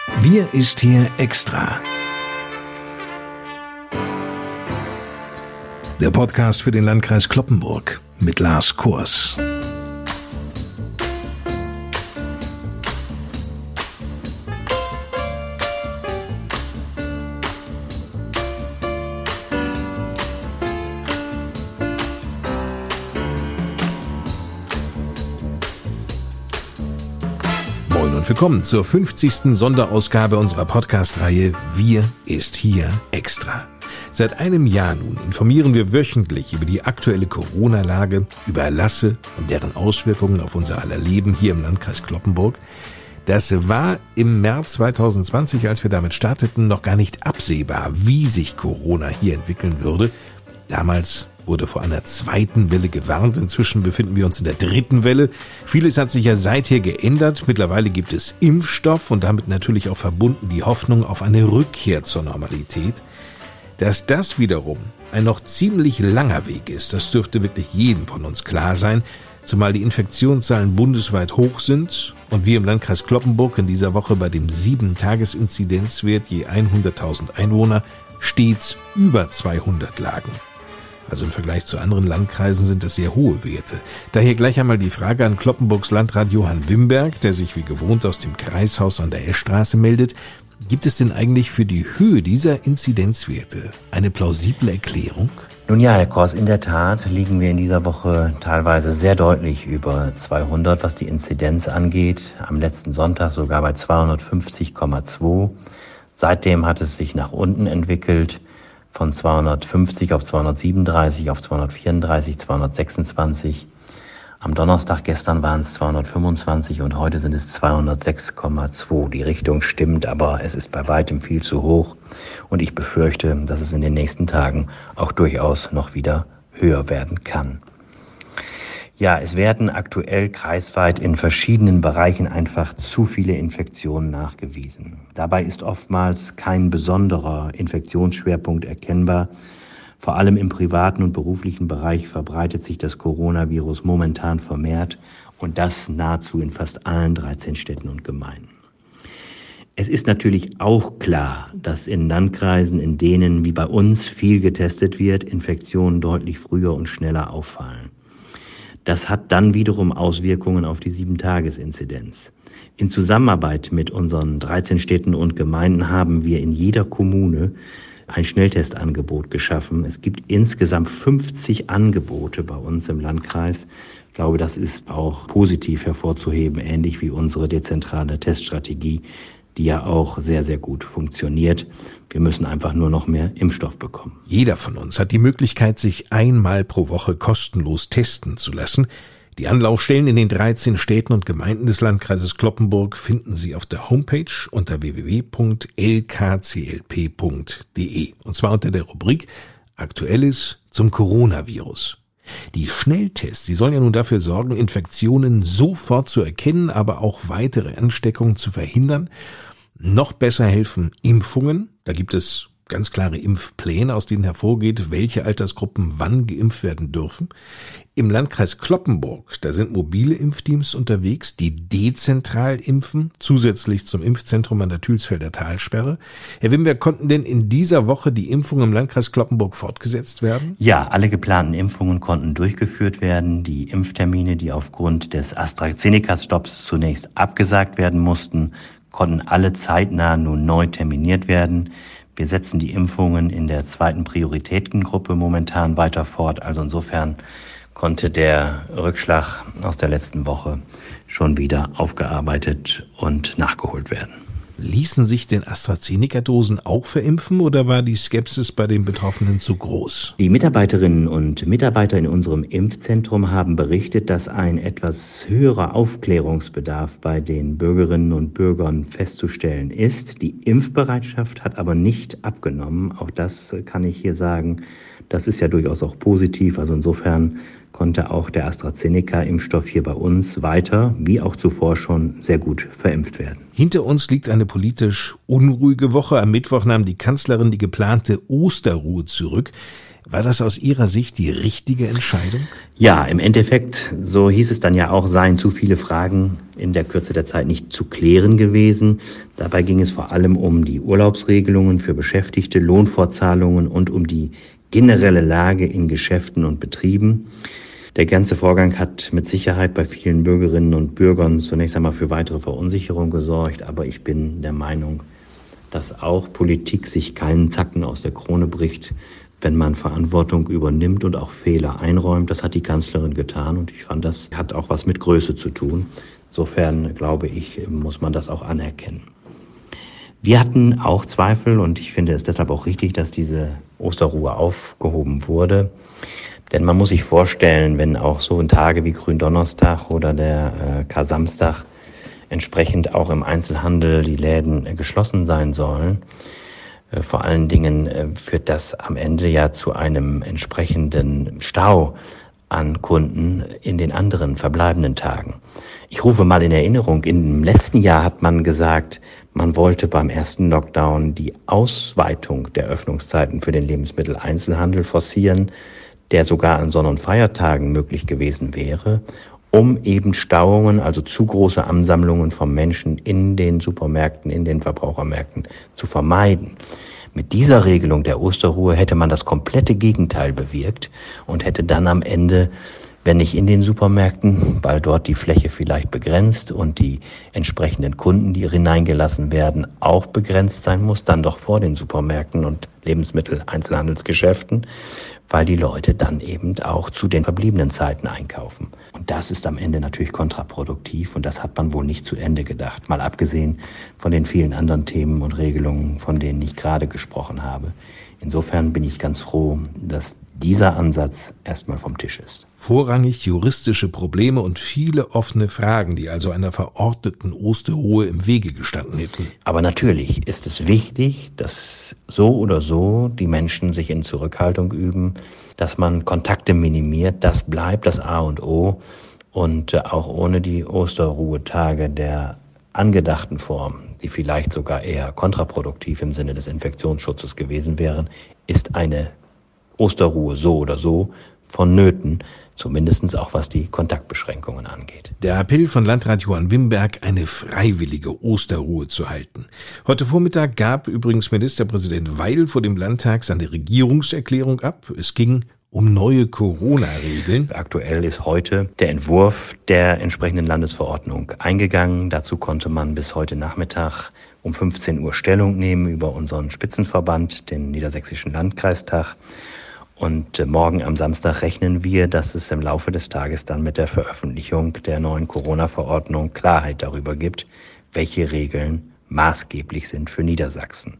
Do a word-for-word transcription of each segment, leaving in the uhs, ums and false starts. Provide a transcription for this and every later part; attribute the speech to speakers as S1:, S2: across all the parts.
S1: Wir ist hier extra. Der Podcast für den Landkreis Cloppenburg mit Lars Kurs. Willkommen zur fünfzigsten Sonderausgabe unserer Podcast-Reihe Wir ist hier extra. Seit einem Jahr nun informieren wir wöchentlich über die aktuelle Corona-Lage, über Erlasse und deren Auswirkungen auf unser aller Leben hier im Landkreis Cloppenburg. Das war im März zwanzig zwanzig, als wir damit starteten, noch gar nicht absehbar, wie sich Corona hier entwickeln würde. Damals wurde vor einer zweiten Welle gewarnt. Inzwischen befinden wir uns in der dritten Welle. Vieles hat sich ja seither geändert. Mittlerweile gibt es Impfstoff und damit natürlich auch verbunden die Hoffnung auf eine Rückkehr zur Normalität. Dass das wiederum ein noch ziemlich langer Weg ist, das dürfte wirklich jedem von uns klar sein, zumal die Infektionszahlen bundesweit hoch sind und wir im Landkreis Cloppenburg in dieser Woche bei dem sieben-Tages-Inzidenzwert je hunderttausend Einwohner stets über zweihundert lagen. Also im Vergleich zu anderen Landkreisen sind das sehr hohe Werte. Daher gleich einmal die Frage an Cloppenburgs Landrat Johann Wimberg, der sich wie gewohnt aus dem Kreishaus an der Eschstraße meldet. Gibt es denn eigentlich für die Höhe dieser Inzidenzwerte eine plausible Erklärung?
S2: Nun ja, Herr Kors, in der Tat liegen wir in dieser Woche teilweise sehr deutlich über zweihundert, was die Inzidenz angeht. Am letzten Sonntag sogar bei zweihundertfünfzig Komma zwei. Seitdem hat es sich nach unten entwickelt. Von zweihundertfünfzig auf zweihundertsiebenunddreißig, auf zweihundertvierunddreißig, zweihundertsechsundzwanzig. Am Donnerstag gestern waren es zweihundertfünfundzwanzig und heute sind es zweihundertsechs Komma zwei. Die Richtung stimmt, aber es ist bei weitem viel zu hoch und ich befürchte, dass es in den nächsten Tagen auch durchaus noch wieder höher werden kann. Ja, es werden aktuell kreisweit in verschiedenen Bereichen einfach zu viele Infektionen nachgewiesen. Dabei ist oftmals kein besonderer Infektionsschwerpunkt erkennbar. Vor allem im privaten und beruflichen Bereich verbreitet sich das Coronavirus momentan vermehrt und das nahezu in fast allen dreizehn Städten und Gemeinden. Es ist natürlich auch klar, dass in Landkreisen, in denen wie bei uns viel getestet wird, Infektionen deutlich früher und schneller auffallen. Das hat dann wiederum Auswirkungen auf die sieben-Tages-Inzidenz. In Zusammenarbeit mit unseren dreizehn Städten und Gemeinden haben wir in jeder Kommune ein Schnelltestangebot geschaffen. Es gibt insgesamt fünfzig Angebote bei uns im Landkreis. Ich glaube, das ist auch positiv hervorzuheben, ähnlich wie unsere dezentrale Teststrategie, die ja auch sehr, sehr gut funktioniert. Wir müssen einfach nur noch mehr Impfstoff bekommen.
S1: Jeder von uns hat die Möglichkeit, sich einmal pro Woche kostenlos testen zu lassen. Die Anlaufstellen in den dreizehn Städten und Gemeinden des Landkreises Cloppenburg finden Sie auf der Homepage unter w w w punkt l k c l p punkt d e und zwar unter der Rubrik Aktuelles zum Coronavirus. Die Schnelltests, die sollen ja nun dafür sorgen, Infektionen sofort zu erkennen, aber auch weitere Ansteckungen zu verhindern. Noch besser helfen Impfungen. Da gibt es ganz klare Impfpläne, aus denen hervorgeht, welche Altersgruppen wann geimpft werden dürfen. Im Landkreis Cloppenburg, da sind mobile Impfteams unterwegs, die dezentral impfen, zusätzlich zum Impfzentrum an der Thülsfelder Talsperre. Herr Wimberg, konnten denn in dieser Woche die Impfungen im Landkreis Cloppenburg fortgesetzt werden?
S2: Ja, alle geplanten Impfungen konnten durchgeführt werden. Die Impftermine, die aufgrund des AstraZeneca-Stopps zunächst abgesagt werden mussten, konnten alle zeitnah nun neu terminiert werden. Wir setzen die Impfungen in der zweiten Prioritätengruppe momentan weiter fort. Also insofern konnte der Rückschlag aus der letzten Woche schon wieder aufgearbeitet und nachgeholt werden.
S1: Ließen sich denn AstraZeneca-Dosen auch verimpfen oder war die Skepsis bei den Betroffenen zu groß?
S2: Die Mitarbeiterinnen und Mitarbeiter in unserem Impfzentrum haben berichtet, dass ein etwas höherer Aufklärungsbedarf bei den Bürgerinnen und Bürgern festzustellen ist. Die Impfbereitschaft hat aber nicht abgenommen. Auch das kann ich hier sagen. Das ist ja durchaus auch positiv. Also insofern konnte auch der AstraZeneca-Impfstoff hier bei uns weiter, wie auch zuvor schon, sehr gut verimpft werden.
S1: Hinter uns liegt eine politisch unruhige Woche. Am Mittwoch nahm die Kanzlerin die geplante Osterruhe zurück. War das aus Ihrer Sicht die richtige Entscheidung?
S2: Ja, im Endeffekt, so hieß es dann ja auch, seien zu viele Fragen in der Kürze der Zeit nicht zu klären gewesen. Dabei ging es vor allem um die Urlaubsregelungen für Beschäftigte, Lohnfortzahlungen und um die generelle Lage in Geschäften und Betrieben. Der ganze Vorgang hat mit Sicherheit bei vielen Bürgerinnen und Bürgern zunächst einmal für weitere Verunsicherung gesorgt. Aber ich bin der Meinung, dass auch Politik sich keinen Zacken aus der Krone bricht, wenn man Verantwortung übernimmt und auch Fehler einräumt. Das hat die Kanzlerin getan und ich fand, das hat auch was mit Größe zu tun. Insofern, glaube ich, muss man das auch anerkennen. Wir hatten auch Zweifel und ich finde es deshalb auch richtig, dass diese Osterruhe aufgehoben wurde. Denn man muss sich vorstellen, wenn auch so Tage wie Gründonnerstag oder der äh, Kar-Samstag entsprechend auch im Einzelhandel die Läden äh, geschlossen sein sollen, äh, vor allen Dingen äh, führt das am Ende ja zu einem entsprechenden Stau an Kunden in den anderen verbleibenden Tagen. Ich rufe mal in Erinnerung, im letzten Jahr hat man gesagt, man wollte beim ersten Lockdown die Ausweitung der Öffnungszeiten für den Lebensmitteleinzelhandel forcieren, der sogar an Sonn- und Feiertagen möglich gewesen wäre, um eben Stauungen, also zu große Ansammlungen von Menschen in den Supermärkten, in den Verbrauchermärkten zu vermeiden. Mit dieser Regelung der Osterruhe hätte man das komplette Gegenteil bewirkt und hätte dann am Ende, wenn nicht in den Supermärkten, weil dort die Fläche vielleicht begrenzt und die entsprechenden Kunden, die hineingelassen werden, auch begrenzt sein muss, dann doch vor den Supermärkten und Lebensmittel-Einzelhandelsgeschäften, weil die Leute dann eben auch zu den verbliebenen Zeiten einkaufen. Und das ist am Ende natürlich kontraproduktiv und das hat man wohl nicht zu Ende gedacht, mal abgesehen von den vielen anderen Themen und Regelungen, von denen ich gerade gesprochen habe. Insofern bin ich ganz froh, dass dieser Ansatz erstmal vom Tisch ist.
S1: Vorrangig juristische Probleme und viele offene Fragen, die also einer verordneten Osterruhe im Wege gestanden hätten.
S2: Aber natürlich ist es wichtig, dass so oder so die Menschen sich in Zurückhaltung üben, dass man Kontakte minimiert. Das bleibt das A und O. Und auch ohne die Osterruhetage der angedachten Form, die vielleicht sogar eher kontraproduktiv im Sinne des Infektionsschutzes gewesen wären, ist eine Osterruhe so oder so vonnöten, zumindest auch was die Kontaktbeschränkungen angeht.
S1: Der Appell von Landrat Johann Wimberg, eine freiwillige Osterruhe zu halten. Heute Vormittag gab übrigens Ministerpräsident Weil vor dem Landtag seine Regierungserklärung ab. Es ging um neue Corona-Regeln.
S2: Aktuell ist heute der Entwurf der entsprechenden Landesverordnung eingegangen. Dazu konnte man bis heute Nachmittag um fünfzehn Uhr Stellung nehmen über unseren Spitzenverband, den Niedersächsischen Landkreistag. Und morgen am Samstag rechnen wir, dass es im Laufe des Tages dann mit der Veröffentlichung der neuen Corona-Verordnung Klarheit darüber gibt, welche Regeln maßgeblich sind für Niedersachsen.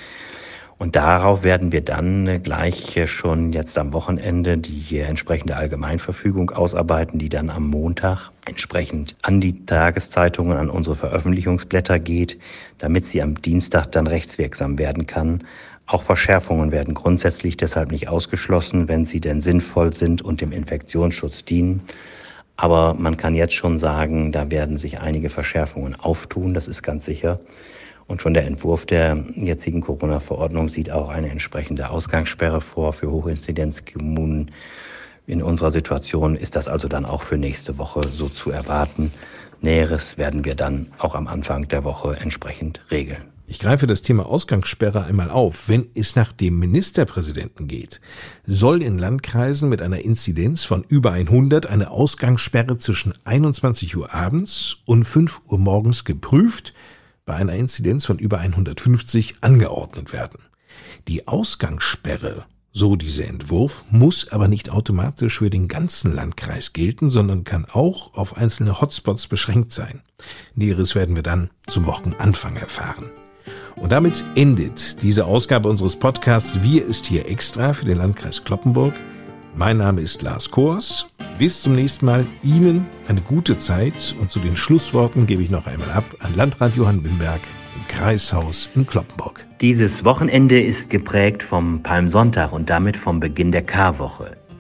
S2: Und darauf werden wir dann gleich schon jetzt am Wochenende die entsprechende Allgemeinverfügung ausarbeiten, die dann am Montag entsprechend an die Tageszeitungen, an unsere Veröffentlichungsblätter geht, damit sie am Dienstag dann rechtswirksam werden kann. Auch Verschärfungen werden grundsätzlich deshalb nicht ausgeschlossen, wenn sie denn sinnvoll sind und dem Infektionsschutz dienen. Aber man kann jetzt schon sagen, da werden sich einige Verschärfungen auftun, das ist ganz sicher. Und schon der Entwurf der jetzigen Corona-Verordnung sieht auch eine entsprechende Ausgangssperre vor für Hochinzidenzkommunen. In unserer Situation ist das also dann auch für nächste Woche so zu erwarten. Näheres werden wir dann auch am Anfang der Woche entsprechend regeln.
S1: Ich greife das Thema Ausgangssperre einmal auf. Wenn es nach dem Ministerpräsidenten geht, soll in Landkreisen mit einer Inzidenz von über hundert eine Ausgangssperre zwischen einundzwanzig Uhr abends und fünf Uhr morgens geprüft, bei einer Inzidenz von über hundertfünfzig angeordnet werden. Die Ausgangssperre, so dieser Entwurf, muss aber nicht automatisch für den ganzen Landkreis gelten, sondern kann auch auf einzelne Hotspots beschränkt sein. Näheres werden wir dann zum Wochenanfang erfahren. Und damit endet diese Ausgabe unseres Podcasts Wir ist hier extra für den Landkreis Cloppenburg. Mein Name ist Lars Kors. Bis zum nächsten Mal. Ihnen eine gute Zeit und zu den Schlussworten gebe ich noch einmal ab an Landrat Johann Wimberg im Kreishaus in Cloppenburg.
S2: Dieses Wochenende ist geprägt vom Palmsonntag und damit vom Beginn der Karwoche.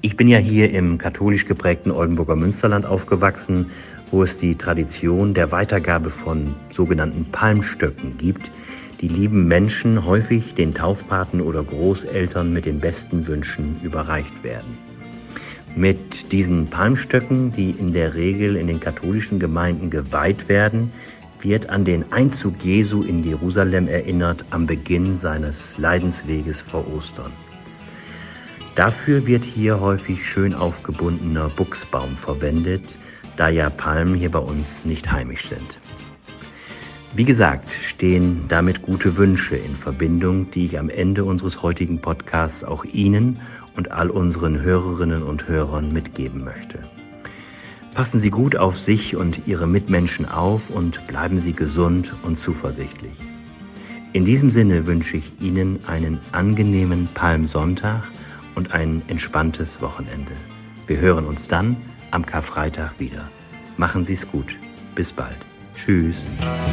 S2: Ich bin ja hier im katholisch geprägten Oldenburger Münsterland aufgewachsen, wo es die Tradition der Weitergabe von sogenannten Palmstöcken gibt, die lieben Menschen häufig den Taufpaten oder Großeltern mit den besten Wünschen überreicht werden. Mit diesen Palmstöcken, die in der Regel in den katholischen Gemeinden geweiht werden, wird an den Einzug Jesu in Jerusalem erinnert am Beginn seines Leidensweges vor Ostern. Dafür wird hier häufig schön aufgebundener Buchsbaum verwendet, da ja Palmen hier bei uns nicht heimisch sind. Wie gesagt, stehen damit gute Wünsche in Verbindung, die ich am Ende unseres heutigen Podcasts auch Ihnen und all unseren Hörerinnen und Hörern mitgeben möchte. Passen Sie gut auf sich und Ihre Mitmenschen auf und bleiben Sie gesund und zuversichtlich. In diesem Sinne wünsche ich Ihnen einen angenehmen Palmsonntag und ein entspanntes Wochenende. Wir hören uns dann am Karfreitag wieder. Machen Sie es gut. Bis bald. Tschüss.